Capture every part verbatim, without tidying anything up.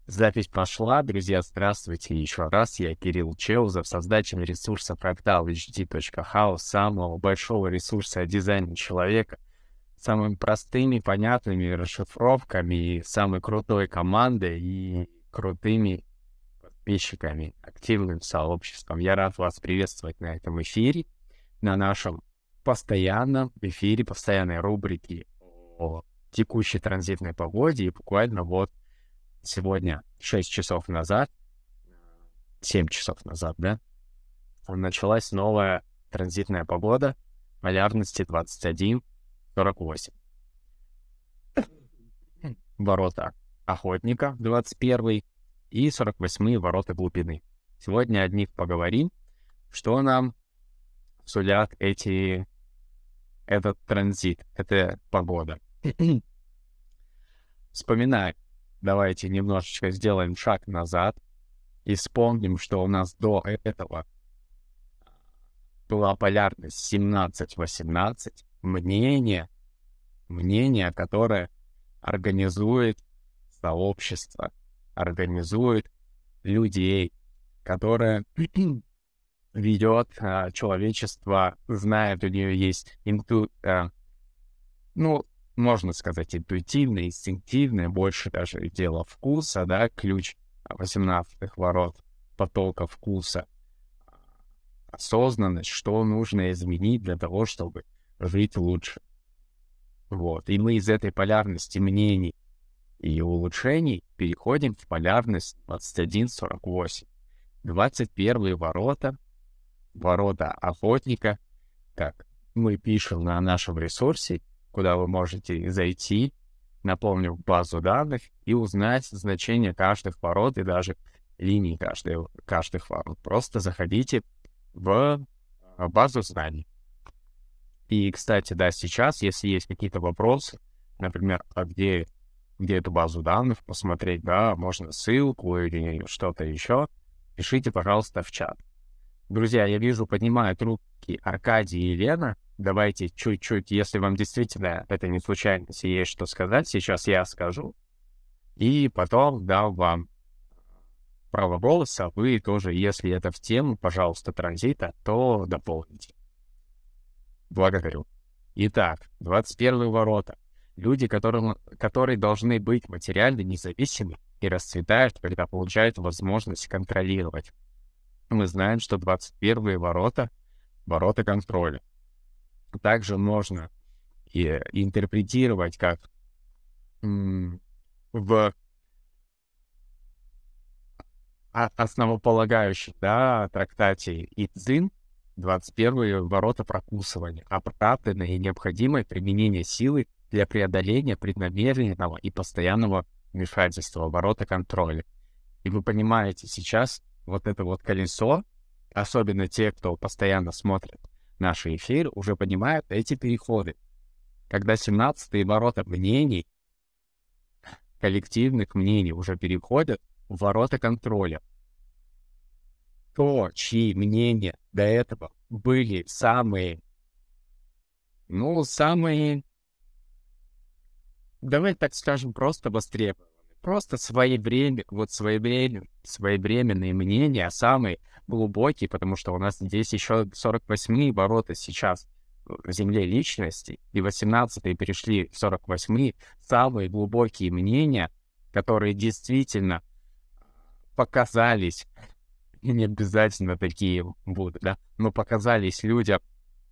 Запись пошла. Друзья, здравствуйте еще раз. Я Кирилл Чеузов, создатель ресурса фрактал эйч ди точка хаус, самого большого ресурса о дизайне человека, самыми простыми, понятными расшифровками, и самой крутой командой и крутыми подписчиками, активным сообществом. Я рад вас приветствовать на этом эфире, на нашем постоянном эфире, постоянной рубрике о текущей транзитной погоде. И буквально вот сегодня, шесть часов назад, семь часов назад, да, началась новая транзитная погода полярности двадцать один сорок восемь. Ворота охотника двадцать первый и сорок восьмые ворота глубины. Сегодня о них поговорим, что нам сулят эти, этот транзит, эта погода. Вспоминаем. Давайте немножечко сделаем шаг назад и вспомним, что у нас до этого была полярность семнадцать восемнадцать. Мнение, мнение, которое организует сообщество, организует людей, которое ведет а, человечество, знает, у нее есть инту... А, ну, можно сказать, интуитивное, инстинктивное, больше даже дело вкуса, да, ключ восемнадцатых ворот, потока вкуса, осознанность, что нужно изменить для того, чтобы жить лучше. Вот. И мы из этой полярности мнений и улучшений переходим в полярность двадцать один сорок восемь. двадцать первые ворота, ворота охотника, как мы пишем на нашем ресурсе, куда вы можете зайти, напомню, в базу данных и узнать значение каждых ворот и даже линий каждой, каждых ворот. Просто заходите в базу знаний. И, кстати, да, сейчас, если есть какие-то вопросы, например, а где, где эту базу данных посмотреть, да, можно ссылку или что-то еще, пишите, пожалуйста, в чат. Друзья, я вижу, поднимают руки Аркадий и Елена. Давайте чуть-чуть, если вам действительно это не случайность и есть что сказать, сейчас я скажу. И потом дам вам право голоса. Вы тоже, если это в тему, пожалуйста, транзита, то дополните. Благодарю. Итак, двадцать первые ворота. Люди, которым, которые должны быть материально независимы и расцветают, когда получают возможность контролировать. Мы знаем, что двадцать первые ворота — ворота контроля. Также можно и интерпретировать как м, в основополагающем, да, трактате Ицзин двадцать первые ворота прокусывания, оправданное и необходимое применение силы для преодоления преднамеренного и постоянного вмешательства, ворота контроля. И вы понимаете, сейчас вот это вот колесо, особенно те, кто постоянно смотрит наши эфиры, уже понимают эти переходы. Когда семнадцатые ворота мнений, коллективных мнений уже переходят в ворота контроля. То, чьи мнения до этого были самые, ну, самые, давай так скажем, просто востребованы. Просто своевременно, вот своевременно, своевременные мнения, а самые глубокие, потому что у нас здесь еще сорок восьмые ворота сейчас в земле личности, и восемнадцатые перешли в сорок восьмые, самые глубокие мнения, которые действительно показались, и не обязательно такие будут, да, но показались людям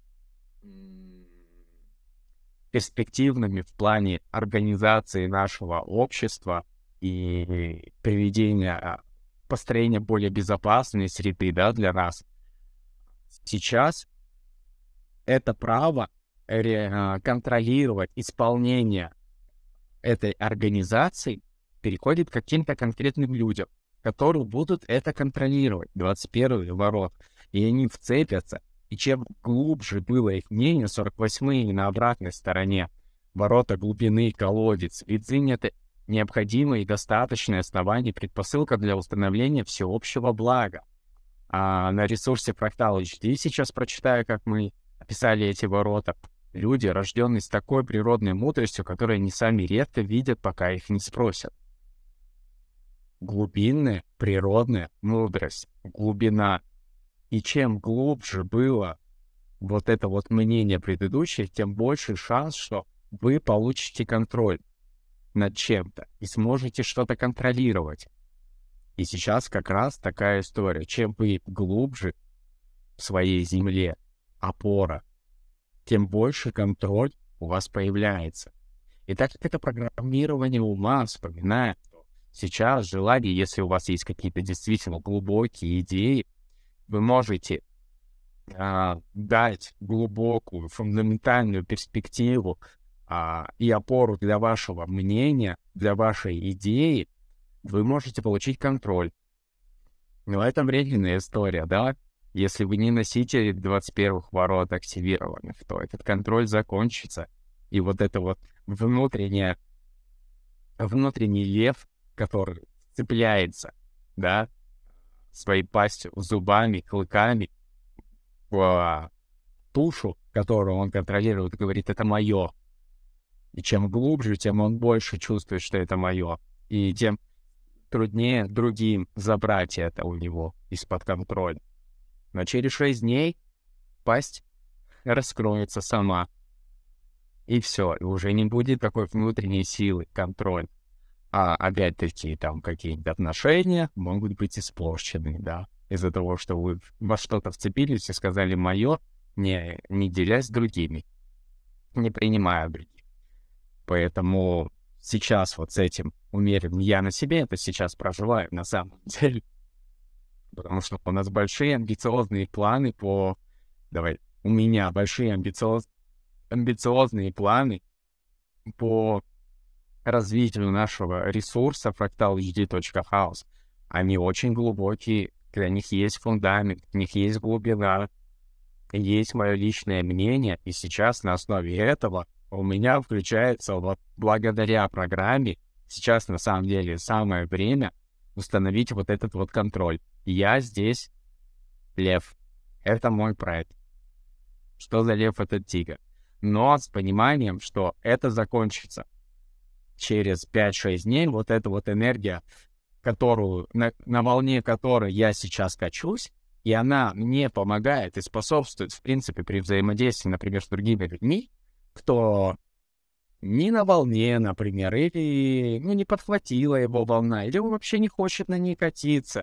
перспективными в плане организации нашего общества и приведения, построения более безопасной среды, да, для нас. Сейчас это право ре- контролировать исполнение этой организации переходит к каким-то конкретным людям, которые будут это контролировать, двадцать первый ворот, и они вцепятся. И чем глубже было их мнение, сорок восьмые на обратной стороне, ворота глубины, колодец, Ицзин — это необходимое и достаточное основание, предпосылка для установления всеобщего блага. А на ресурсе Fractal эйч ди сейчас прочитаю, как мы описали эти ворота. Люди, рожденные с такой природной мудростью, которую они сами редко видят, пока их не спросят. глубинная природная мудрость, глубина. И чем глубже было вот это вот мнение предыдущее, тем больше шанс, что вы получите контроль над чем-то и сможете что-то контролировать. И сейчас как раз такая история. Чем вы глубже в своей земле, опора, тем больше контроль у вас появляется. И так как это программирование ума, вспоминая, что сейчас желание, если у вас есть какие-то действительно глубокие идеи, вы можете а, дать глубокую, фундаментальную перспективу а, и опору для вашего мнения, для вашей идеи, вы можете получить контроль. Но это временная история, да? Если вы не носитель двадцать первых ворот активированных, то этот контроль закончится. И вот это вот внутреннее, внутренний лев, который цепляется, да, своей пастью, зубами, клыками в тушу, которую он контролирует, говорит, это мое. И чем глубже, тем он больше чувствует, что это мое. И тем труднее другим забрать это у него из-под контроля. Но через шесть дней пасть раскроется сама. И все, и уже не будет такой внутренней силы, контроль. А опять-таки там какие-то отношения могут быть испорчены, да, из-за того, что вы во что-то вцепились и сказали «моё», не, не делясь с другими, не принимая других. Поэтому сейчас вот с этим умеренным я на себе это сейчас проживаю на самом деле. Потому что у нас большие амбициозные планы по... Давай, у меня большие амбициоз... амбициозные планы по развитию нашего ресурса фрактал эйч ди точка хаус. Они очень глубокие, для них есть фундамент, у них есть глубина, есть мое личное мнение, и сейчас на основе этого у меня включается, вот благодаря программе, сейчас на самом деле самое время установить вот этот вот контроль. Я здесь лев. Это мой проект. Что за лев, этот тигр? Но с пониманием, что это закончится. Через пять-шесть дней вот эта вот энергия, которую, на, на волне которой я сейчас качусь, и она мне помогает и способствует, в принципе, при взаимодействии, например, с другими людьми, кто не на волне, например, или ну, не подхватила его волна, или он вообще не хочет на ней катиться.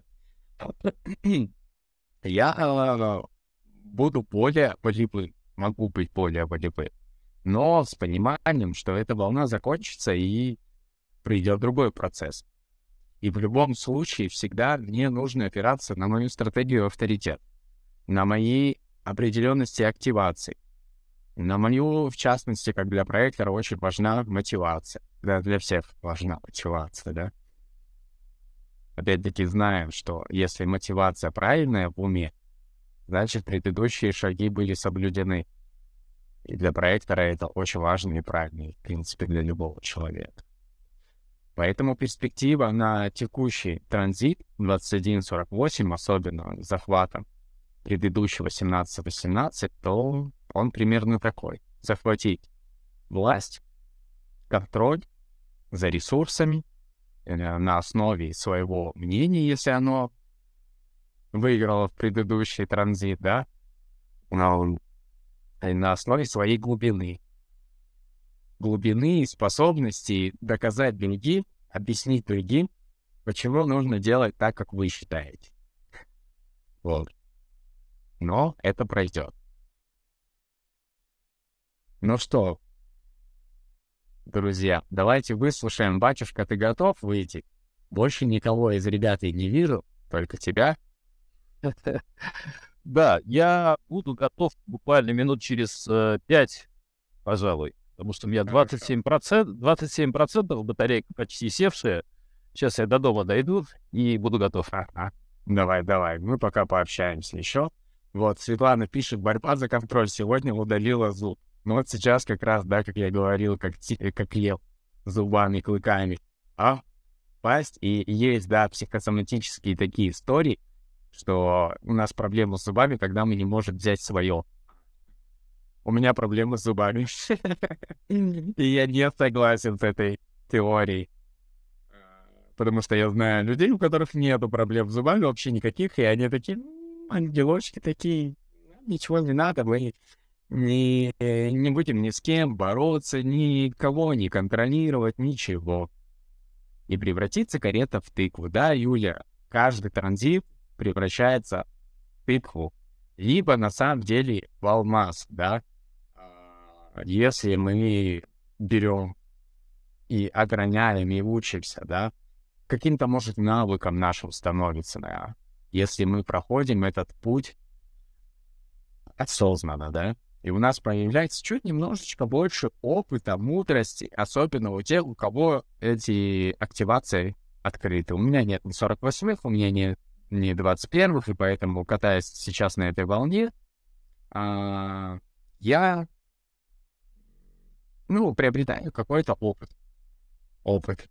Я э, буду более волевым, могу быть более волевым, но с пониманием, что эта волна закончится и придет другой процесс. И в любом случае всегда мне нужно опираться на мою стратегию авторитет, на мои определенности активации, на мою, в частности, как для проектора, очень важна мотивация. Да, для всех важна мотивация, да. Опять-таки знаем, что если мотивация правильная в уме, значит, предыдущие шаги были соблюдены. И для проектора это очень важно и правильно, в принципе, для любого человека. Поэтому перспектива на текущий транзит двадцать один сорок восемь, особенно с захватом предыдущего семнадцать восемнадцать, то он примерно такой. Захватить власть, контроль за ресурсами э, на основе своего мнения, если оно выиграло в предыдущий транзит, да, на, на основе своей глубины. глубины и способности доказать другим, объяснить другим, почему нужно делать так, как вы считаете. Вот. Но это пройдет. Ну что, друзья, давайте выслушаем. Батюшка, ты готов выйти? Больше никого из ребят я не вижу, только тебя. Да, я буду готов буквально минут через э, пять, пожалуй, потому что у меня двадцать семь процентов, двадцать семь процентов батарейка почти севшая. Сейчас я до дома дойду и буду готов. Ага. Давай, давай, мы пока пообщаемся еще. Вот, Светлана пишет, борьба за контроль сегодня удалила зуб. Ну вот сейчас как раз, да, как я говорил, как, ти- как ел зубами, клыками. А пасть, и есть, да, психосоматические такие истории, что у нас проблемы с зубами, когда мы не можем взять свое. У меня проблемы с зубами. И я не согласен с этой теорией. потому что я знаю людей, у которых нету проблем с зубами вообще никаких, и они такие, «М, ангелочки такие, ничего не надо, мы не, э, не будем ни с кем бороться, никого не контролировать, ничего». И превратится карета в тыкву. Да, Юля, каждый транзит превращается в тыкву. Либо на самом деле в алмаз, да. А, Если мы берем и ограняем, и учимся, да, каким-то, может, навыком нашим становится, да. Если мы проходим этот путь осознанно, да, и у нас появляется чуть немножечко больше опыта, мудрости, особенно у тех, у кого эти активации открыты. У меня нет ни сорок восьмых, у меня нет ни двадцать первых, и поэтому, катаясь сейчас на этой волне, а, я, ну, приобретаю какой-то опыт. Опыт.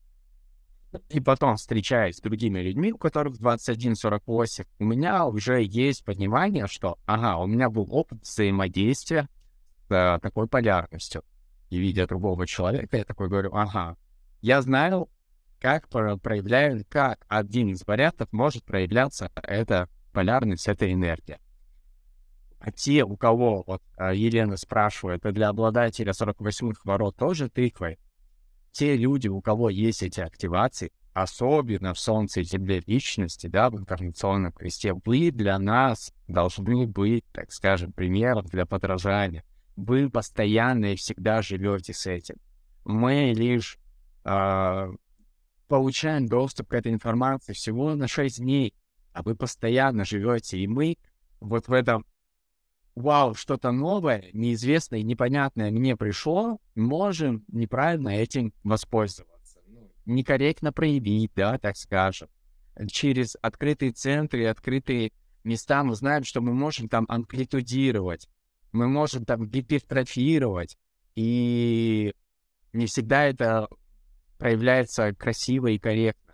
И потом, встречаясь с другими людьми, у которых двадцать один сорок восемь, у меня уже есть понимание, что, ага, у меня был опыт взаимодействия с э, такой полярностью. И видя другого человека, я такой говорю, ага, я знаю, как про- проявляю, как один из вариантов может проявляться эта полярность, эта энергия. А те, у кого, вот э, Елена спрашивает, а для обладателя сорок восьмых ворот тоже тыквой? Те люди, у кого есть эти активации, особенно в Солнце и Земле личности, да, в инкарнационном кресте, вы для нас должны быть, так скажем, примером для подражания. Вы постоянно и всегда живете с этим. Мы лишь а, получаем доступ к этой информации всего на шесть дней, а вы постоянно живете, и мы вот в этом вау, что-то новое, неизвестное, непонятное мне пришло, можем неправильно этим воспользоваться. Ну, некорректно проявить, да, так скажем. Через открытые центры, открытые места мы знаем, что мы можем там амплитудировать, мы можем там гипертрофировать, и не всегда это проявляется красиво и корректно.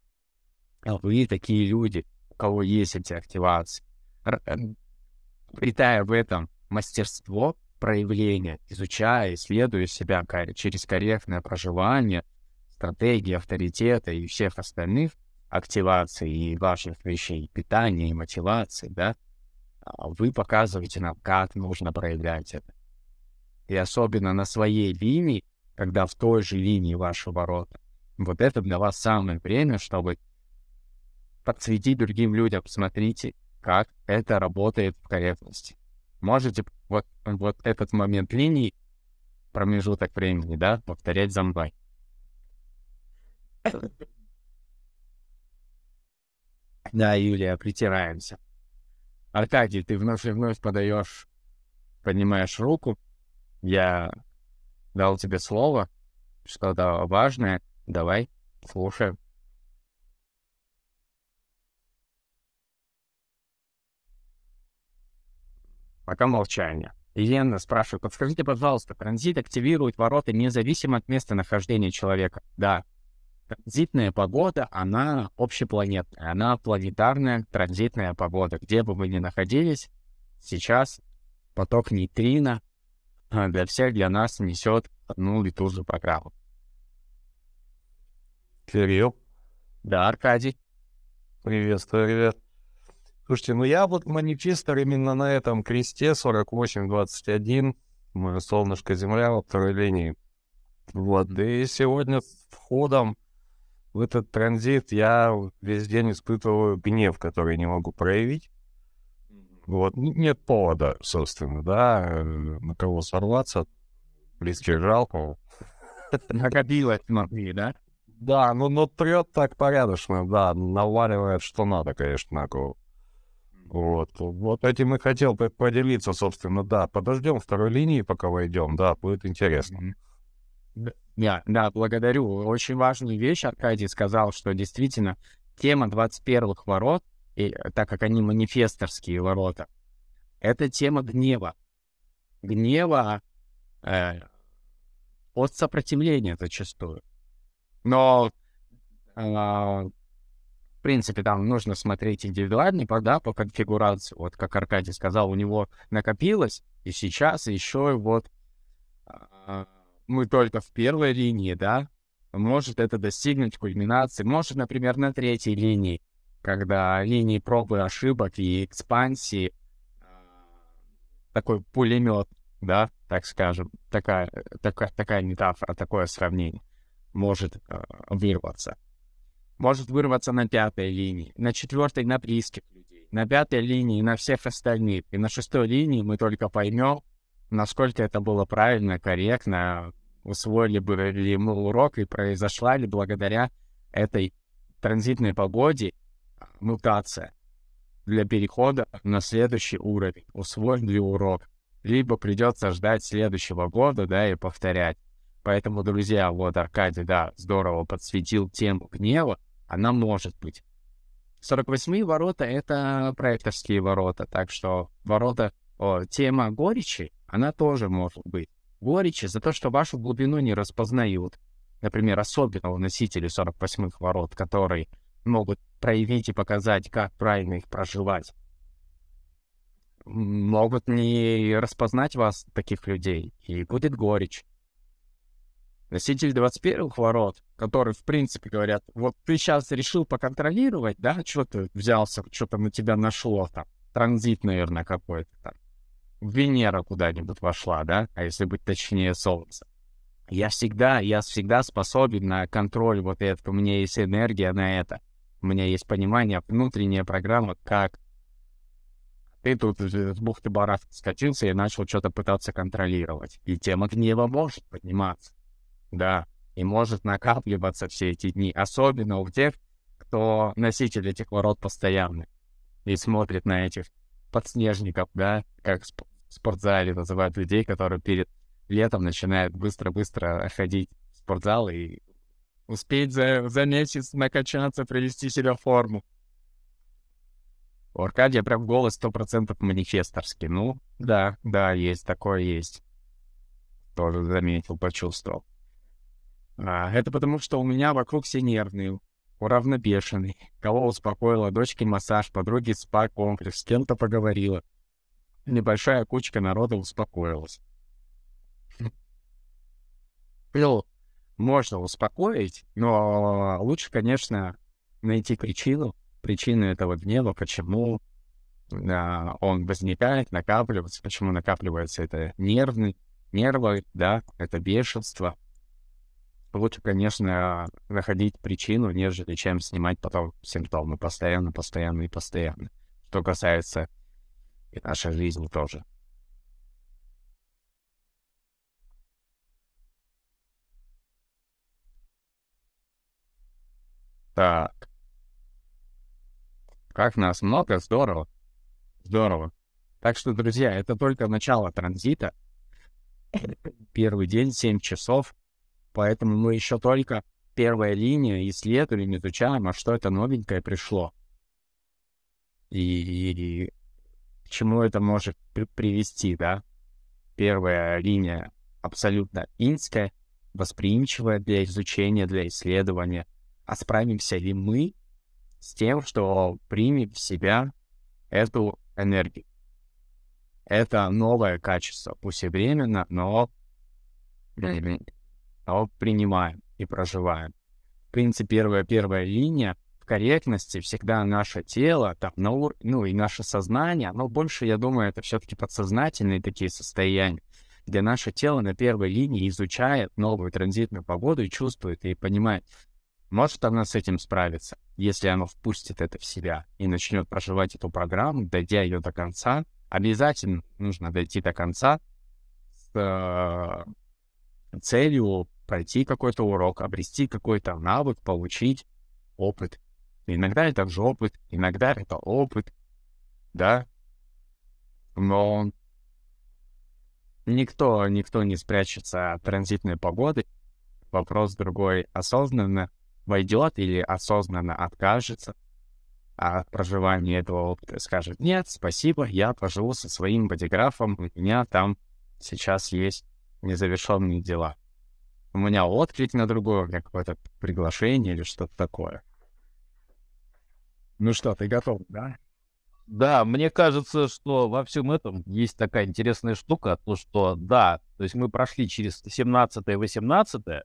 А вы такие люди, у кого есть эти активации. Р- э, Обретая в этом мастерство проявления, изучая, исследуя себя ка- через корректное проживание, стратегии авторитета и всех остальных активаций и ваших вещей, питания и мотивации, да, а, вы показываете нам, как нужно проявлять это. И особенно на своей линии, когда в той же линии вашего ворота, вот это для вас самое время, чтобы подсветить другим людям, смотрите, как это работает в корректности. Можете вот, вот этот момент линии, промежуток времени, да, повторять за мной. Да, Юлия, притираемся. Аркадий, ты вновь и вновь подаешь, поднимаешь руку. Я дал тебе слово, что-то важное. Давай, слушаем. Пока молчание. Елена спрашивает, подскажите, пожалуйста, транзит активирует ворота независимо от местонахождения человека? Да. Транзитная погода, она общепланетная, она планетарная транзитная погода. Где бы вы ни находились, сейчас поток нейтрино а, для всех, для нас несет одну и ту же программу. Кирилл, Да, Аркадий. приветствую, ребят. Слушайте, ну я вот манифестор именно на этом кресте сорок восемь двадцать один, мое солнышко Земля во второй линии. Вот, и сегодня с входом в этот транзит я весь день испытываю гнев, который не могу проявить. Вот, н- нет повода, собственно, да, э, на кого сорваться, близких жалко. Накопилось внутри, да? Да, ну, но трет так порядочно, да, наваливает, что надо, конечно, на голову. Вот, вот этим и хотел по- поделиться, собственно, да. Подождем второй линии, пока войдем, да, будет интересно. Мгм. Д- Да, да, благодарю. Очень важную вещь Аркадий сказал, что действительно тема двадцать первых ворот, и, э, так как они манифесторские ворота, это тема гнева. Гнева э, от сопротивления зачастую. Но, а, в принципе, там нужно смотреть индивидуально, по- да, по конфигурации. Вот как Аркадий сказал, у него накопилось, и сейчас еще вот а, мы только в первой линии, да, может это достигнуть кульминации, может, например, на третьей линии, когда линии пробы ошибок и экспансии, такой пулемет, да, так скажем, такая, такая, такая метафора, такое сравнение может э, вырваться. Может вырваться на пятой линии, на четвертой на близких людей, на пятой линии на всех остальных. И на шестой линии мы только поймем, насколько это было правильно, корректно, усвоили бы ли мы урок и произошла ли благодаря этой транзитной погоде мутация для перехода на следующий уровень, усвоен ли урок. Либо придется ждать следующего года, да, и повторять. Поэтому, друзья, вот Аркадий, да, здорово подсветил тему гнева, она может быть. сорок восьмые ворота — это проекторские ворота, так что ворота, о, тема горечи, она тоже может быть. Горечи за то, что вашу глубину не распознают. Например, особенно у носителей сорок восьмых ворот, которые могут проявить и показать, как правильно их проживать. Могут не распознать вас, таких людей, и будет горечь. Носитель двадцать первых ворот, которые, в принципе, говорят, вот ты сейчас решил поконтролировать, да, что ты взялся, что-то на тебя нашло там, транзит, наверное, какой-то там, Венера куда-нибудь вошла, да, а если быть точнее, Солнце. Я всегда, я всегда способен на контроль вот этого, у меня есть энергия на это, у меня есть понимание, внутренняя программа, как ты тут с бухты-барахты скатился и начал что-то пытаться контролировать. И тема гнева может подниматься. Да, и может накапливаться все эти дни. Особенно у тех, кто носитель этих ворот постоянный. И смотрит на этих подснежников, да, как в спортзале называют людей, которые перед летом начинают быстро-быстро ходить в спортзал и успеть за, за месяц накачаться, привести себя в форму. У Аркадия прям голос сто процентов манифесторский. Ну, да, да, есть, такое есть. Тоже заметил, почувствовал. А, это потому, что у меня вокруг все нервные, уравнобешенные. Кого успокоила, дочке массаж, подруге спа-комплекс, с кем-то поговорила. Небольшая кучка народа успокоилась. Ну, можно успокоить, но лучше, конечно, найти причину, причину этого гнева, почему а, он возникает, накапливается, почему накапливается это нервный, нервы, да, это бешенство. Лучше, конечно, находить причину, нежели чем снимать потом симптомы постоянно, постоянно и постоянно. Что касается и нашей жизни тоже. Так. Как нас много, здорово. Здорово. Так что, друзья, это только начало транзита. Первый день, семь часов. Поэтому мы еще только первая линия исследуем, изучаем, а что это новенькое пришло. И, и к чему это может при- привести, да? Первая линия абсолютно инская, восприимчивая для изучения, для исследования. А справимся ли мы с тем, что примем в себя эту энергию? Это новое качество, пусть и временно, но, но принимаем и проживаем. В принципе, первая, первая линия в корректности всегда наше тело, там, на ур... ну и наше сознание, но больше, я думаю, это все-таки подсознательные такие состояния, где наше тело на первой линии изучает новую транзитную погоду и чувствует, и понимает, может она с этим справиться, если оно впустит это в себя и начнет проживать эту программу, дойдя ее до конца. Обязательно нужно дойти до конца с э, целью пройти какой-то урок, обрести какой-то навык, получить опыт. Иногда это же опыт, иногда это опыт, да, но никто, никто не спрячется от транзитной погоды. Вопрос другой: осознанно войдет или осознанно откажется от проживания этого опыта, скажет: нет, спасибо, я поживу со своим бодиграфом, у меня там сейчас есть незавершенные дела. У меня отклик на другое, у меня какое-то приглашение или что-то такое. Ну что, ты готов, да? Да, мне кажется, что во всем этом есть такая интересная штука, то что, да, то есть мы прошли через семнадцатое, восемнадцатое, то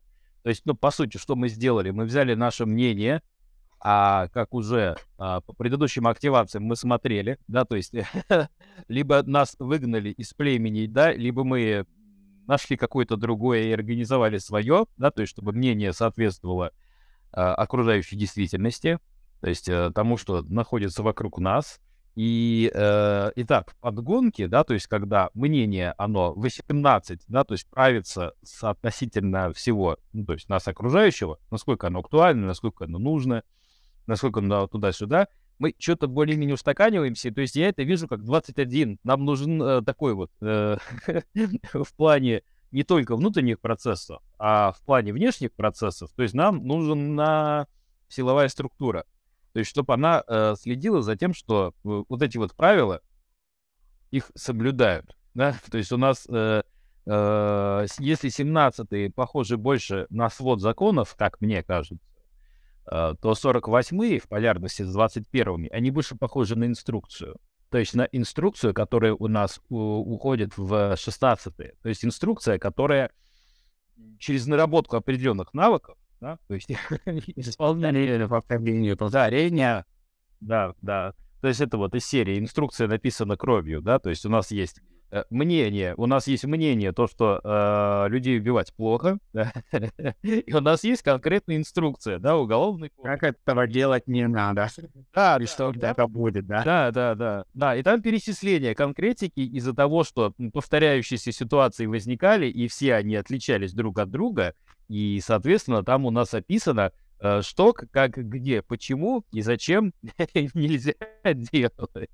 То есть, ну, по сути, что мы сделали? Мы взяли наше мнение, а как уже а, по предыдущим активациям мы смотрели, да, то есть либо нас выгнали из племени, да, либо мы нашли какое-то другое и организовали свое, да, то есть чтобы мнение соответствовало а, окружающей действительности, то есть а, тому, что находится вокруг нас. И, э, итак, в подгонке, да, то есть когда мнение, оно восемнадцать, да, то есть правится соотносительно всего, ну, то есть нас окружающего, насколько оно актуально, насколько оно нужно, насколько оно туда-сюда, мы что-то более-менее устаканиваемся, то есть я это вижу как двадцать один. Нам нужен э, такой вот э, в плане не только внутренних процессов, а в плане внешних процессов, то есть нам нужна силовая структура. То есть, чтобы она э, следила за тем, что э, вот эти вот правила, их соблюдают, да? То есть у нас, э, э, с- если семнадцатые похожи больше на свод законов, как мне кажется, э, то сорок восьмые в полярности с двадцать первыми, они больше похожи на инструкцию. То есть на инструкцию, которая у нас у- уходит в шестнадцатые. То есть инструкция, которая через наработку определенных навыков, да, то есть исполнение, повторение, повторение. да, да. То есть это вот из серии инструкция написана кровью, да, то есть у нас есть э, мнение, у нас есть мнение, то, что э, людей убивать плохо, да, и у нас есть конкретная инструкция, да, уголовный кодекс. Как этого делать не надо. Да, И да, что да. это будет, да? Да, да, да, да. И там перечисление конкретики из-за того, что м, повторяющиеся ситуации возникали, и все они отличались друг от друга, и, соответственно, там у нас описано, э, что, к- как, где, почему и зачем нельзя делать.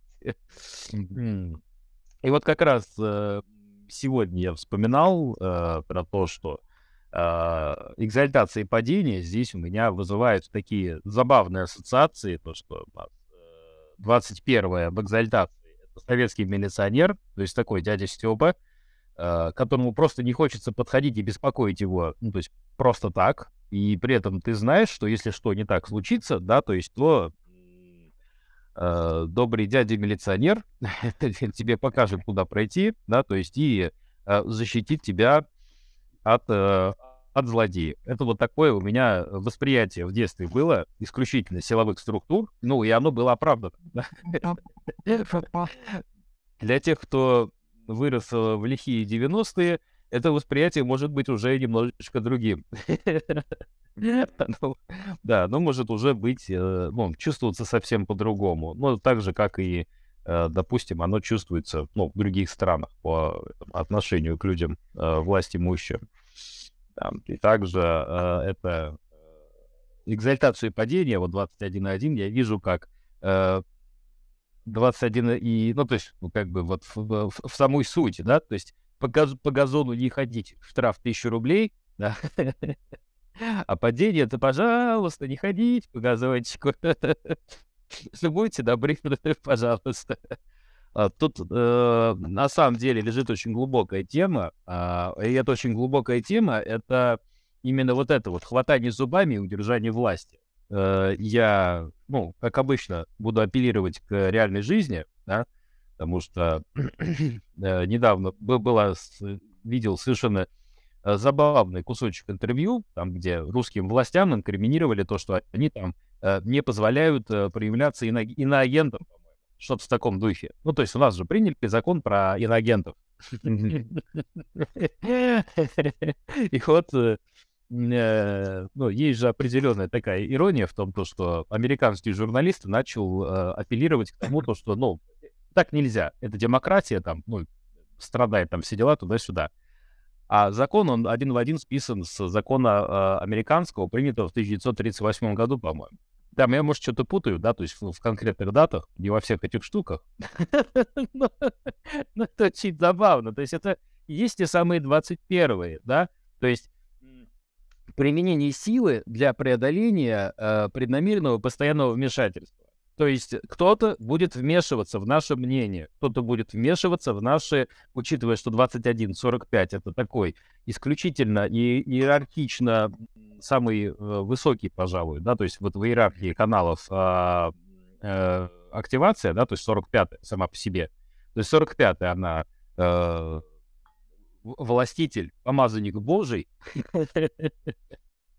М. И вот как раз э, сегодня я вспоминал э, про то, что э, экзальтация и падение здесь у меня вызывают такие забавные ассоциации, то, что у нас э, двадцать первое в экзальтации это советский милиционер, то есть такой дядя Степа, э, которому просто не хочется подходить и беспокоить его, ну, то есть просто так, и при этом ты знаешь, что если что не так случится, да, то есть то м, э, добрый дядя-милиционер тебе покажет, куда пройти, да, то есть и э, защитит тебя от, э, от злодеев. Это вот такое у меня восприятие в детстве было, исключительно силовых структур, ну, и оно было оправдано. Для тех, кто вырос э, в лихие девяностые, это восприятие может быть уже немножечко другим. Ну, да, ну, может уже быть, э, ну, чувствоваться совсем по-другому. Ну, так же, как и, э, допустим, оно чувствуется, ну, в других странах по этому отношению к людям э, власть имущим. Там, и также э, это э, экзальтацию и падение, вот двадцать один и один, я вижу как э, двадцать один и, ну, то есть, ну, как бы вот в, в- в самой сути, да, то есть по, газ- по газону не ходить, штраф тысячу рублей, да, а падение это, пожалуйста, не ходить по газончику, будьте добры, пожалуйста. А, Тут э, на самом деле лежит очень глубокая тема, а, и эта очень глубокая тема — это именно вот это вот хватание зубами и удержание власти. Э, Я, ну, как обычно, буду апеллировать к реальной жизни, да, потому что э, недавно бы- была, с- видел совершенно э, забавный кусочек интервью, там, где русским властям инкриминировали то, что они там э, не позволяют э, проявляться ино- иноагентам, по-моему, что-то в таком духе. Ну, то есть у нас же приняли закон про иноагентов. И вот, э, э, ну, есть же определенная такая ирония в том, то, что американский журналист начал э, апеллировать к тому, то, что, ну, так нельзя, это демократия, там, ну, страдает там все дела туда-сюда. А закон, он один в один списан с закона э, американского, принятого в тысяча девятьсот тридцать восьмом году, по-моему. Да, я, может, что-то путаю, да, то есть в, в конкретных датах, не во всех этих штуках. Но но это очень забавно. То есть это и есть те самые двадцать первые, да? То есть м, применение силы для преодоления э, преднамеренного постоянного вмешательства. То есть кто-то будет вмешиваться в наше мнение, кто-то будет вмешиваться в наши, учитывая, что двадцать один сорок пять это такой исключительно и иерархично м, самый э, высокий, пожалуй, да, то есть вот в иерархии каналов а, э, активация, да, то есть сорок пятая сама по себе. То есть сорок пятая она э, в- властитель, помазанник Божий,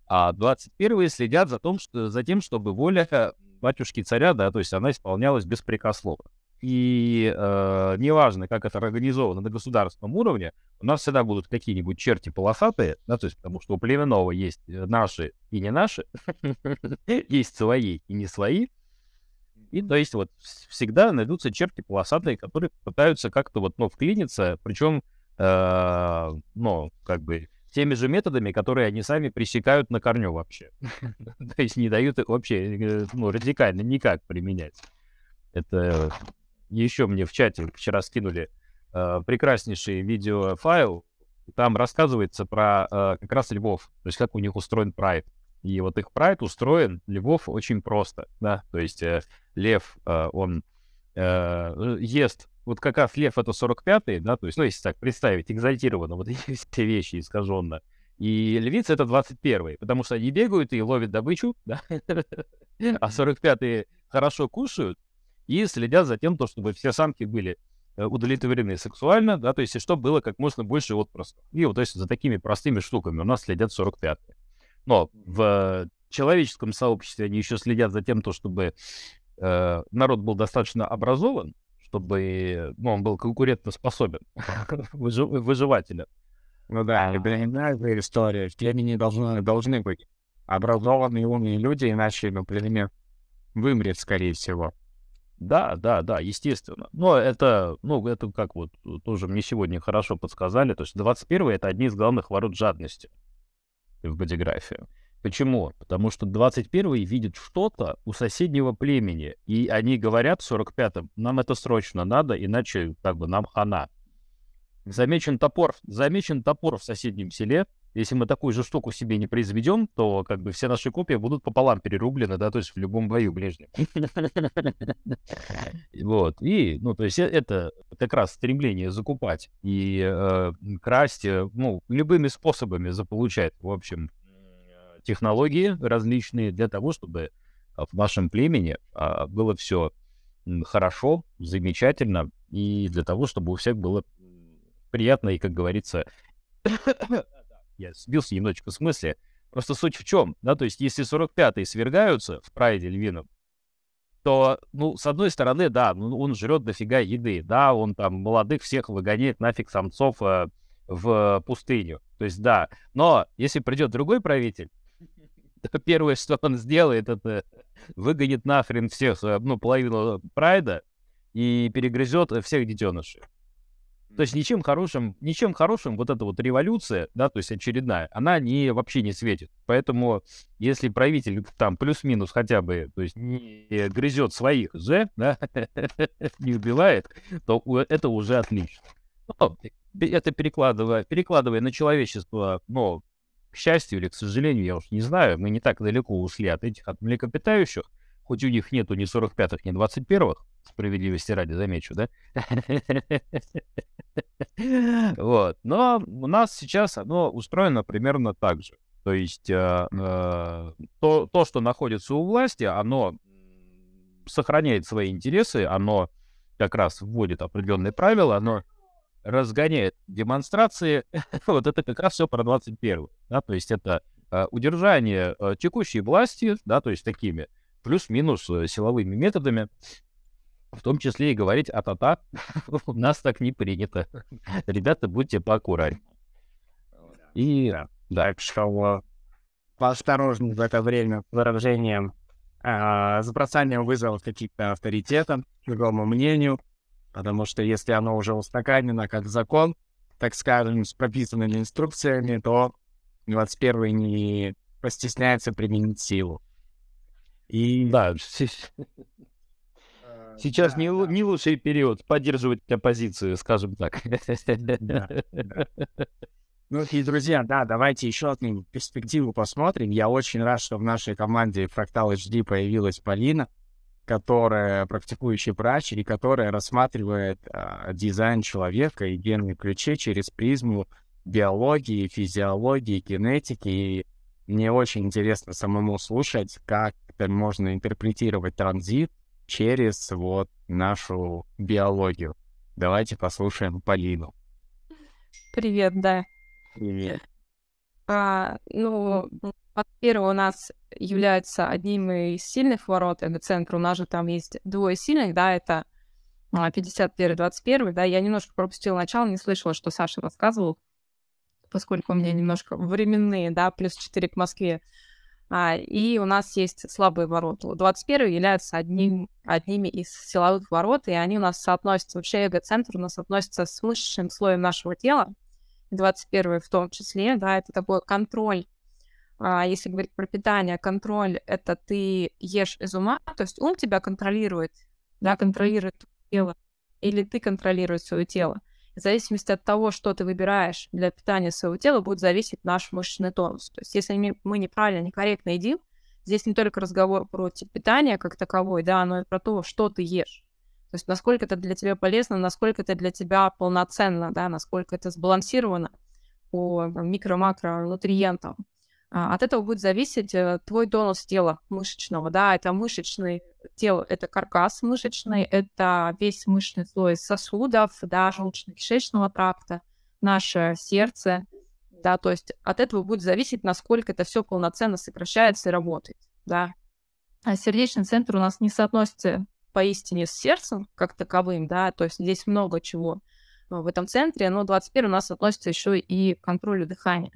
А двадцать первые следят за, том, что, за тем, чтобы воля батюшки царя, да, то есть она исполнялась беспрекословно. И э, неважно, как это организовано на государственном уровне, у нас всегда будут какие-нибудь черти полосатые, да, то есть потому что у племенного есть наши и не наши, есть свои и не свои. И то есть вот всегда найдутся черти полосатые, которые пытаются как-то вот, ну, вклиниться, причем, э, ну, как бы теми же методами, которые они сами пресекают на корню вообще. То есть не дают их вообще, ну, радикально никак применять. Это еще мне в чате вчера скинули э, прекраснейший видеофайл. Там рассказывается про э, как раз львов, то есть как у них устроен прайд. И вот их прайд устроен львов очень просто, да, то есть э, лев, э, он э, ест, вот как раз лев это сорок пятый, да, то есть, ну, если так представить, экзальтированно, вот эти все вещи искаженно. И львица это двадцать первый, потому что они бегают и ловят добычу, да, а сорок пятые хорошо кушают и следят за тем, чтобы все самки были удовлетворены сексуально, да, то есть, и чтобы было как можно больше отпрысков. И вот, то есть, за такими простыми штуками у нас следят сорок пятые. Но в человеческом сообществе они еще следят за тем, то, чтобы э, народ был достаточно образован, чтобы, ну, он был конкурентоспособен, выжив, выживателен. Ну да, это иная история. В племени должны, должны быть образованные умные люди, иначе, например, вымрет, скорее всего. Да, да, да, естественно. Но это, ну, это как вот тоже мне сегодня хорошо подсказали. То есть двадцать первый это одни из главных ворот жадности в бодиграфии. Почему? Потому что двадцать первый видит что-то у соседнего племени, и они говорят в сорок пятом, нам это срочно надо, иначе как бы нам хана. Замечен топор, замечен топор в соседнем селе. Если мы такую же штуку себе не произведем, то как бы все наши копии будут пополам перерублены, да, то есть в любом бою ближнем. Вот, и, ну, то есть это как раз стремление закупать и э, красть, ну, любыми способами заполучать, в общем, технологии различные для того, чтобы в нашем племени а, было все хорошо, замечательно, и для того, чтобы у всех было приятно и, как говорится, я сбился немножечко в смысле, просто суть в чем, да, то есть если сорок пятые свергаются в прайде львином, то, ну, с одной стороны, да, ну, он жрет дофига еды, да, он там молодых всех выгоняет нафиг самцов э, в пустыню, то есть да, но если придет другой правитель, то первое, что он сделает, это выгонит нахрен всех, ну, половину прайда и перегрызет всех детенышей. То есть ничем хорошим, ничем хорошим вот эта вот революция, да, то есть очередная, она не, вообще не светит. Поэтому если правитель там плюс-минус хотя бы, то есть не грызет своих же, да, не убивает, то это уже отлично. Но это перекладывая, перекладывая на человечество, ну, к счастью или к сожалению, я уж не знаю, мы не так далеко ушли от этих, от млекопитающих, хоть у них нету ни сорок пятых, ни двадцать первых, справедливости ради замечу, да? Вот. Но у нас сейчас оно устроено примерно так же. То есть э, э, то, то, что находится у власти, оно сохраняет свои интересы, оно как раз вводит определенные правила, оно разгоняет демонстрации. Вот это как раз все про двадцать первый. Да? То есть это э, удержание э, текущей власти, да, то есть такими плюс-минус э, силовыми методами, в том числе и говорить а-та-та, у нас так не принято. Ребята, будьте поаккуратнее. И да, так что поосторожнее в это время с выражением, э, с бросанием вызовов каким-то авторитетам, другому мнению, потому что если оно уже устаканено как закон, так скажем, с прописанными инструкциями, то двадцать первый не постесняется применить силу. И да, сейчас да, не, да. не лучший период поддерживать оппозицию, скажем так. Да, да. Ну и, друзья, да, давайте еще одну перспективу посмотрим. Я очень рад, что в нашей команде Fractal эйч ди появилась Полина, которая практикующий врач и которая рассматривает а, дизайн человека и генные ключи через призму биологии, физиологии, генетики. И мне очень интересно самому слушать, как это можно интерпретировать транзит через вот нашу биологию. Давайте послушаем Полину. Привет, да. Привет. А, ну, во-первых, у нас является одним из сильных ворот эго-центра. У нас же там есть двое сильных, да, это а, пятьдесят первый, двадцать первый, да. Я немножко пропустила начало, не слышала, что Саша рассказывал, поскольку у меня немножко временные, да, плюс четыре к Москве. А, и у нас есть слабые ворота. Вот двадцать первый является одним, одними из силовых ворот, и они у нас соотносятся, вообще эго-центр у нас относится с мышечным слоем нашего тела, двадцать первый в том числе, да, это такой контроль. А, если говорить про питание, контроль — это ты ешь из ума, то есть ум тебя контролирует, да, контролирует тело, или ты контролируешь свое тело. В зависимости от того, что ты выбираешь для питания своего тела, будет зависеть наш мышечный тонус. То есть если мы мы неправильно, некорректно едим, здесь не только разговор про тип питания как таковой, да, но и про то, что ты ешь. То есть насколько это для тебя полезно, насколько это для тебя полноценно, да, насколько это сбалансировано по там, микро-макро-нутриентам. А, От этого будет зависеть э, твой тонус тела мышечного, да, это мышечный тело, это каркас мышечный, это весь мышечный слой сосудов, да, желудочно-кишечного тракта, наше сердце, да, то есть от этого будет зависеть, насколько это все полноценно сокращается и работает, да. А сердечный центр у нас не соотносится поистине с сердцем как таковым, да, то есть здесь много чего в этом центре, но двадцать первый у нас относится еще и к контролю дыхания.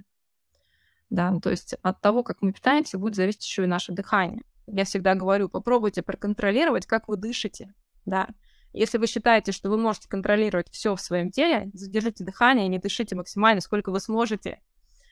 Да, ну, то есть от того, как мы питаемся, будет зависеть еще и наше дыхание. Я всегда говорю, попробуйте проконтролировать, как вы дышите, да. Если вы считаете, что вы можете контролировать все в своем теле, задержите дыхание и не дышите максимально, сколько вы сможете,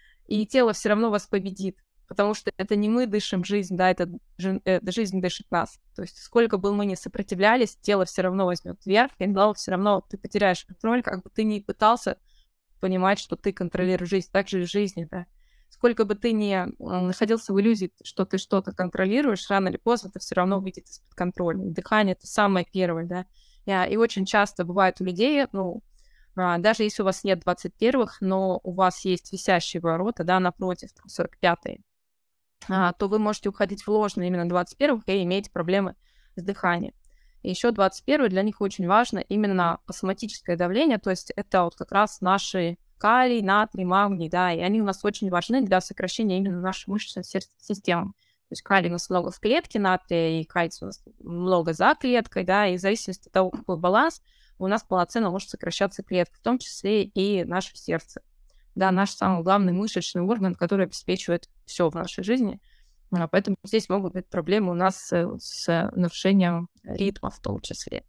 и тело все равно вас победит, потому что это не мы дышим жизнь, да, это, жи- э, жизнь дышит нас. То есть сколько бы мы ни сопротивлялись, тело все равно возьмет вверх, и главное, все равно ты потеряешь контроль, как бы ты ни пытался понимать, что ты контролируешь жизнь, так же и в жизни, да. Сколько бы ты ни м, находился в иллюзии, что ты что-то контролируешь, рано или поздно это все равно выйдет из-под контроля. И дыхание — это самое первое, да. Я- И очень часто бывает у людей, ну, а, даже если у вас нет двадцать первых, но у вас есть висящие ворота, да, напротив, там, сорок пятые, а, то вы можете уходить в ложные именно двадцать первых и иметь проблемы с дыханием. И еще двадцать первый для них очень важно именно соматическое давление, то есть это вот как раз наши калий, натрий, магний, да, и они у нас очень важны для сокращения именно нашей мышечной сер- системы. То есть калий у нас много в клетке, натрия и кальция у нас много за клеткой, да, и в зависимости от того, какой баланс, у нас полноценно может сокращаться клетка, в том числе и наше сердце. Да, наш самый главный мышечный орган, который обеспечивает все в нашей жизни. А, Поэтому здесь могут быть проблемы у нас э, с нарушением ритма в том числе.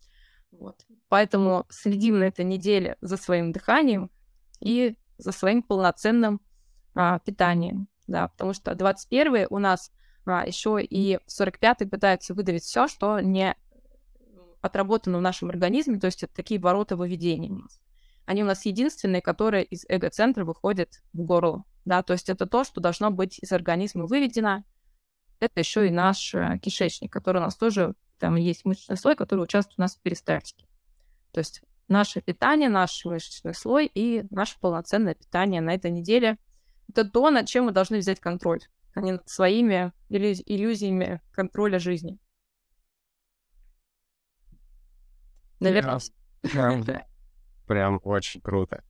Вот. Поэтому следим на этой неделе за своим дыханием и за своим полноценным а, питанием. Да, потому что двадцать первый у нас а, еще и сорок пятый пытается выдавить все, что не отработано в нашем организме, то есть это такие ворота выведения у нас. Они у нас единственные, которые из эго-центра выходят в горло. Да, то есть это то, что должно быть из организма выведено. Это еще и наш э, кишечник, который у нас тоже, там есть мышечный слой, который участвует у нас в перистальтике. То есть наше питание, наш мышечный слой и наше полноценное питание на этой неделе — это то, над чем мы должны взять контроль, а не над своими иллюз- иллюзиями контроля жизни. Наверное, Прям, прям очень круто.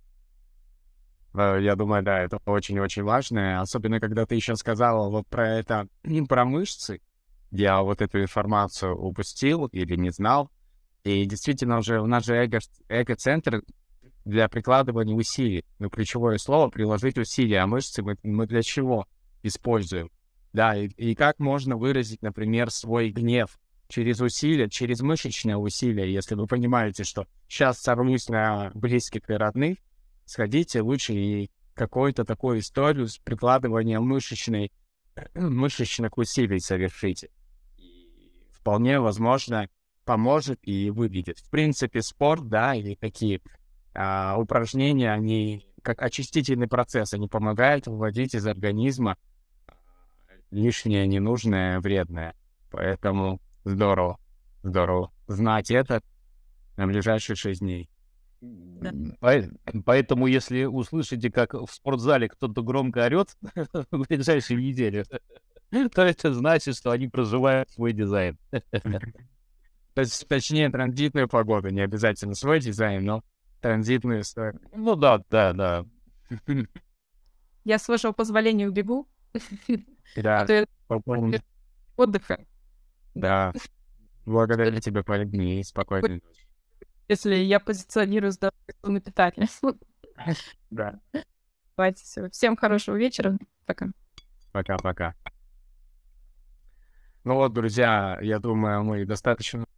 Э, Я думаю, да, это очень-очень важно, особенно когда ты еще сказала вот про это, про мышцы. Я вот эту информацию упустил или не знал. И действительно уже у нас же эго, эго-центр для прикладывания усилий. Ну, ключевое слово — приложить усилия, а мышцы мы, мы для чего используем? Да, и, и как можно выразить, например, свой гнев через усилия, через мышечное усилие, если вы понимаете, что сейчас сорвусь на близких и родных, сходите лучше и какую-то такую историю с прикладыванием мышечной, мышечных усилий совершите. И вполне возможно поможет и выведет. В принципе, спорт, да, или такие а, упражнения, они как очистительный процесс, они помогают выводить из организма лишнее, ненужное, вредное. Поэтому здорово, здорово знать это на ближайшие шесть дней. Пое- Поэтому, если услышите, как в спортзале кто-то громко орет в ближайшей неделе, то это значит, что они проживают свой дизайн. То есть, точнее, транзитную погоду, не обязательно свой дизайн, но транзитную историю. Ну да, да, да. Я, с вашего позволения, убегу. Да, А то я попомни. отдыха, Да. Благодарю тебя, Полина, и спокойной ночи. если я позиционирую здоровое питание. Да. Давайте, всё. Всем хорошего вечера. Пока. Пока-пока. Ну вот, друзья, я думаю, мы достаточно